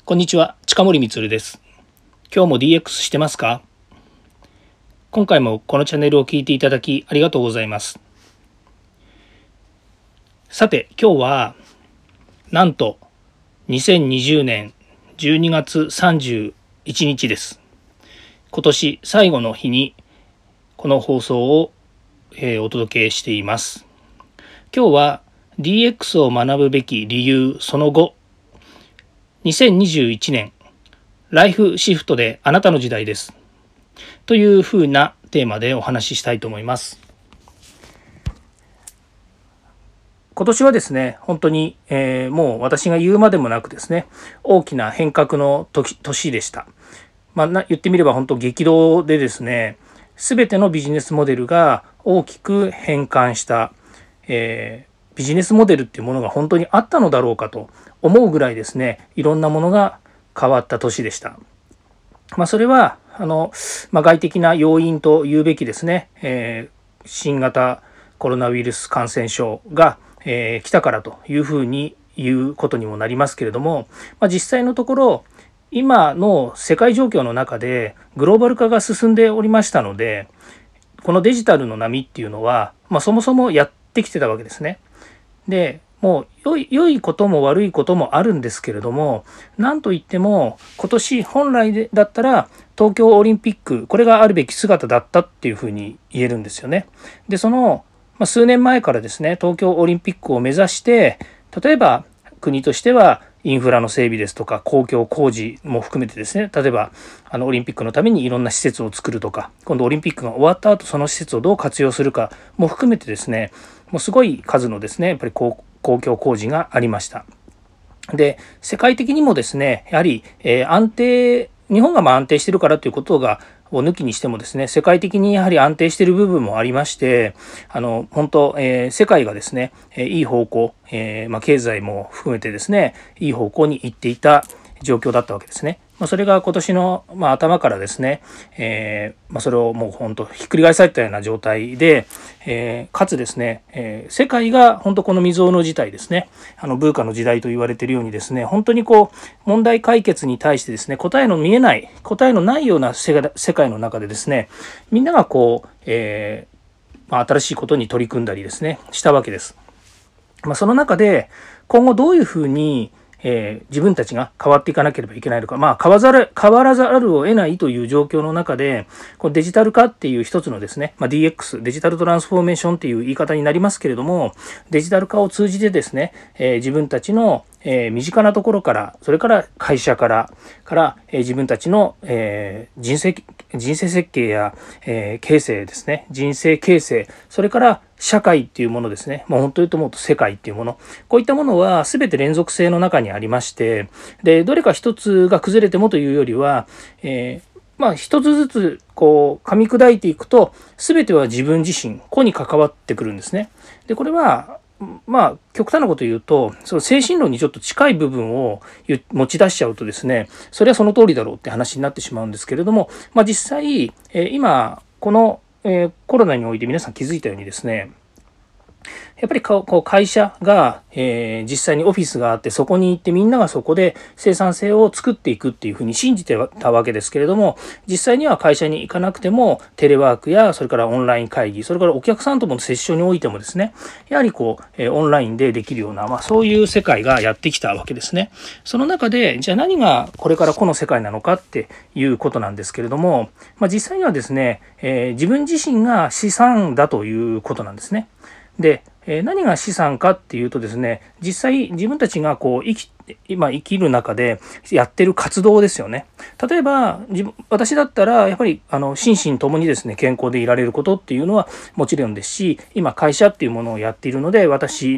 こんにちは、近森光です。今日も DX してますか？今回もこのチャンネルを聞いていただきありがとうございます。さて、今日はなんと2020年12月31日です。今年最後の日にこの放送をお届けしています。今日は DX を学ぶべき理由その後、2021年ライフシフトであなたの時代ですというふうなテーマでお話ししたいと思います。今年はですね、本当に、もう私が言うまでもなくですね、大きな変革の年でした。言ってみれば本当激動でですね、すべてのビジネスモデルが大きく変換した、ビジネスモデルっていうものが本当にあったのだろうかと思うぐらいですね、いろんなものが変わった年でした。それは外的な要因と言うべきですね、新型コロナウイルス感染症が、来たからというふうに言うことにもなりますけれども、実際のところ今の世界状況の中でグローバル化が進んでおりましたので、このデジタルの波っていうのは、そもそもやってきてたわけですね。でもう良いことも悪いこともあるんですけれども、なんといっても今年本来だったら東京オリンピック、これがあるべき姿だったっていうふうに言えるんですよね。でその数年前からですね、東京オリンピックを目指して、例えば国としてはインフラの整備ですとか公共工事も含めてですね、例えばオリンピックのためにいろんな施設を作るとか、今度オリンピックが終わった後その施設をどう活用するかも含めてですね、もうすごい数のですね、やっぱり公共工事がありました。で世界的にもですね、やはり日本が安定しているからということを抜きにしてもですね、世界的にやはり安定している部分もありまして、本当、世界がですね、いい方向、経済も含めてですね、いい方向に行っていた状況だったわけですね。それが今年の、頭からですね、それをもう本当ひっくり返されたような状態で、かつですね、世界が本当この未曾有の事態ですね、ブーカの時代と言われているようにですね、本当に問題解決に対してですね、答えのないような世界の中でですね、みんなが新しいことに取り組んだりですねしたわけです。その中で今後どういうふうに自分たちが変わっていかなければいけないのか、変わらざるを得ないという状況の中で、このデジタル化っていう一つのですね、DX、デジタルトランスフォーメーションっていう言い方になりますけれども、デジタル化を通じてですね、自分たちの身近なところから、それから会社から自分たちの人生設計や形成ですね、人生形成、それから社会っていうものですね、もう本当に言うともっと世界っていうもの、こういったものは全て連続性の中にありまして、でどれか一つが崩れてもというよりは、一つずつ噛み砕いていくと、全ては自分自身個に関わってくるんですね。でこれは極端なこと言うと、その精神論にちょっと近い部分を持ち出しちゃうとですね、それはその通りだろうって話になってしまうんですけれども、実際今このコロナにおいて皆さん気づいたようにですね、やっぱり会社が、実際にオフィスがあって、そこに行ってみんながそこで生産性を作っていくっていうふうに信じてたわけですけれども、実際には会社に行かなくてもテレワークや、それからオンライン会議、それからお客さんともの接触においてもですね、やはりオンラインでできるような、そういう世界がやってきたわけですね。その中でじゃあ何がこれからこの世界なのかっていうことなんですけれども、実際にはですね、自分自身が資産だということなんですね。で何が資産かっていうとですね、実際自分たちが生きる中でやってる活動ですよね。例えば私だったらやっぱり心身ともにですね健康でいられることっていうのはもちろんですし、今会社っていうものをやっているので、私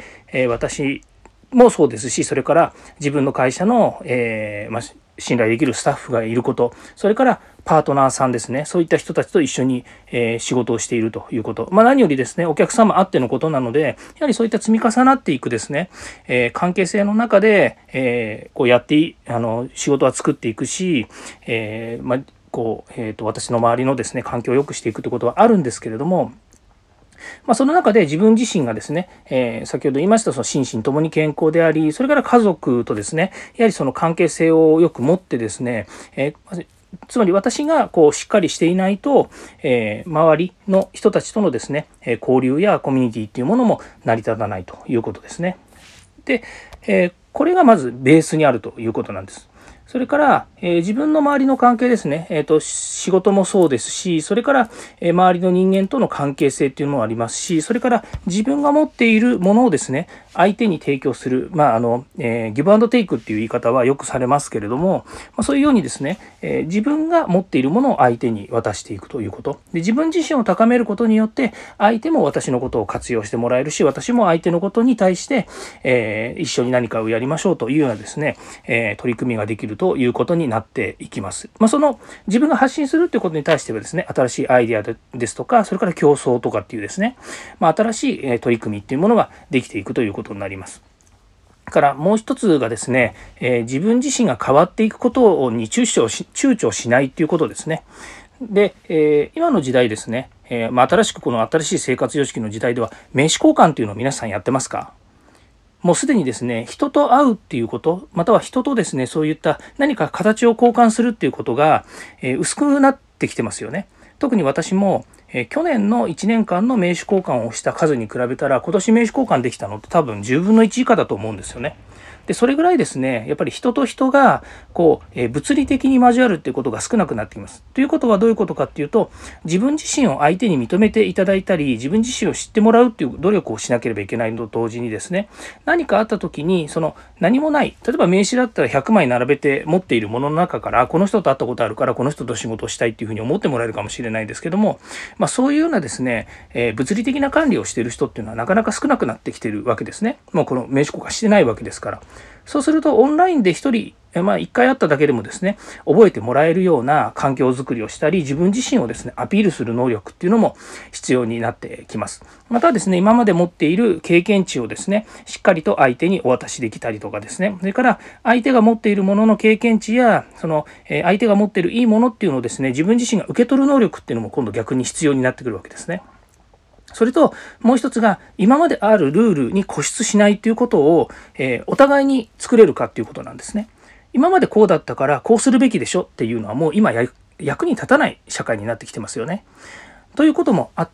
もそうですし、それから自分の会社の、信頼できるスタッフがいること、それからパートナーさんですね、そういった人たちと一緒に仕事をしているということ、何よりですねお客様あってのことなので、やはりそういった積み重なっていくですね、関係性の中で仕事は作っていくし、私の周りのですね環境を良くしていくということはあるんですけれども、 その中で自分自身がですね、先ほど言いましたその心身ともに健康であり、それから家族とですね、やはりその関係性をよく持ってですね、つまり私がしっかりしていないと、周りの人たちとのですね、交流やコミュニティっていうものも成り立たないということですね。で、これがまずベースにあるということなんです。それから、自分の周りの関係ですね、仕事もそうですし、それから、周りの人間との関係性っていうのもありますし、それから自分が持っているものをですね、相手に提供する、ギブアンドテイクっていう言い方はよくされますけれども、そういうようにですね、自分が持っているものを相手に渡していくということで、自分自身を高めることによって相手も私のことを活用してもらえるし、私も相手のことに対して、一緒に何かをやりましょうというようなですね、取り組みができるということになっていきます。その自分が発信するということに対してはですね、新しいアイデアですとか、それから競争とかっていうですね、新しい取り組みっていうものができていくということになります。からもう一つがですね、自分自身が変わっていくことに躊躇しないということですね。で、今の時代ですね、新しくこの新しい生活様式の時代では名刺交換というのを皆さんやってますか？もうすでにですね、人と会うっていうこと、または人とですね、そういった何か形を交換するっていうことが、薄くなってきてますよね。特に私も、去年の1年間の名刺交換をした数に比べたら、今年名刺交換できたのって多分10分の1以下だと思うんですよね。で、それぐらいですね、やっぱり人と人が物理的に交わるっていうことが少なくなってきます。ということはどういうことかっていうと、自分自身を相手に認めていただいたり、自分自身を知ってもらうっていう努力をしなければいけないのと同時にですね、何かあった時にその何もない、例えば名刺だったら100枚並べて持っているものの中から、この人と会ったことあるからこの人と仕事をしたいっていうふうに思ってもらえるかもしれないですけども、そういうようなですね、物理的な管理をしている人っていうのはなかなか少なくなってきているわけですね。もうこの名刺交換してないわけですから。そうするとオンラインで一人1回会っただけでもですね、覚えてもらえるような環境づくりをしたり、自分自身をですね、アピールする能力っていうのも必要になってきます。またですね、今まで持っている経験値をですね、しっかりと相手にお渡しできたりとかですね、それから相手が持っているものの経験値や、その相手が持っているいいものっていうのをですね、自分自身が受け取る能力っていうのも今度逆に必要になってくるわけですね。それともう一つが、今まであるルールに固執しないということを、お互いに作れるかということなんですね。今までこうだったからこうするべきでしょっていうのはもう今役に立たない社会になってきてますよね。ということもあって、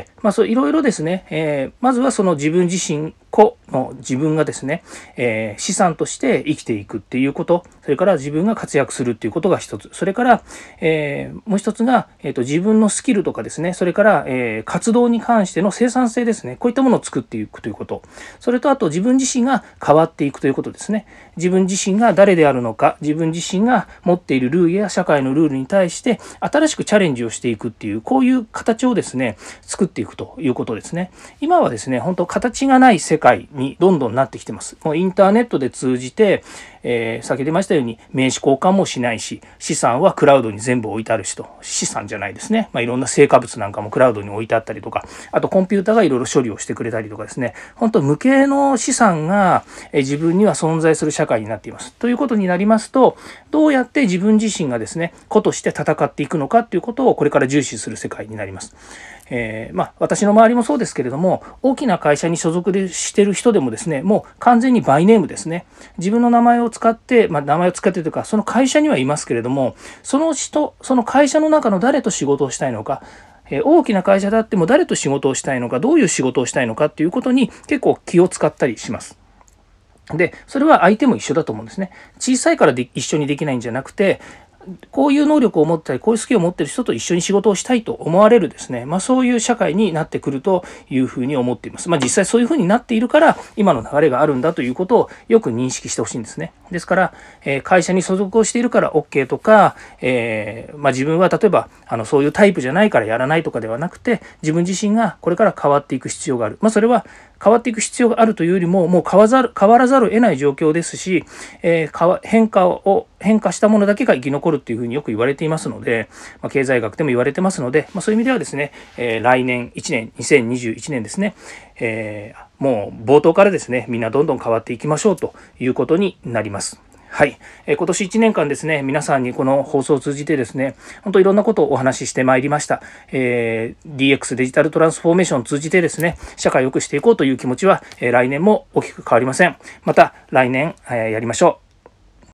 そういろいろですね、まずはその自分自身個の自分がですね、資産として生きていくっていうこと、それから自分が活躍するっていうことが一つ、それから、もう一つが、自分のスキルとかですね、それから、活動に関しての生産性ですね、こういったものを作っていくということ、それとあと自分自身が変わっていくということですね。自分自身が誰であるのか、自分自身が持っているルールや社会のルールに対して新しくチャレンジをしていくっていう、こういう形をですね、作っていくということですね。今はですね、本当形がない世界にどんどんなってきてます。もうインターネットで通じて、先ほど言いましたように名刺交換もしないし、資産はクラウドに全部置いてあるしと、資産じゃないですね。いろんな成果物なんかもクラウドに置いてあったりとか、あとコンピューターがいろいろ処理をしてくれたりとかですね、本当無形の資産が自分には存在する社会になっています。ということになりますと、どうやって自分自身がですね、個として戦っていくのかということをこれから重視する世界になります。私の周りもそうですけれども、大きな会社に所属している人でもですね、もう完全にバイネームですね。自分の名前を使って、名前を使ってというか、その会社にはいますけれども、その会社の中の誰と仕事をしたいのか、大きな会社であっても誰と仕事をしたいのか、どういう仕事をしたいのかっていうことに結構気を使ったりします。で、それは相手も一緒だと思うんですね。小さいから一緒にできないんじゃなくて、こういう能力を持ったり、こういうスキルを持っている人と一緒に仕事をしたいと思われるですね、そういう社会になってくるというふうに思っています。実際そういうふうになっているから、今の流れがあるんだということをよく認識してほしいんですね。ですから、会社に所属をしているから OK とか、自分は例えばそういうタイプじゃないからやらないとかではなくて、自分自身がこれから変わっていく必要がある。それは変わっていく必要があるというよりも、もう変わらざるを得ない状況ですし、変化したものだけが生き残るっていうふうによく言われていますので、経済学でも言われてますので、そういう意味ではですね、来年1年、2021年ですね、もう冒頭からですね、みんなどんどん変わっていきましょうということになります。 はい、今年1年間ですね、皆さんにこの放送を通じてですね、本当いろんなことをお話ししてまいりました。DX デジタルトランスフォーメーションを通じてですね、社会を良くしていこうという気持ちは、来年も大きく変わりません。また来年、やりましょう。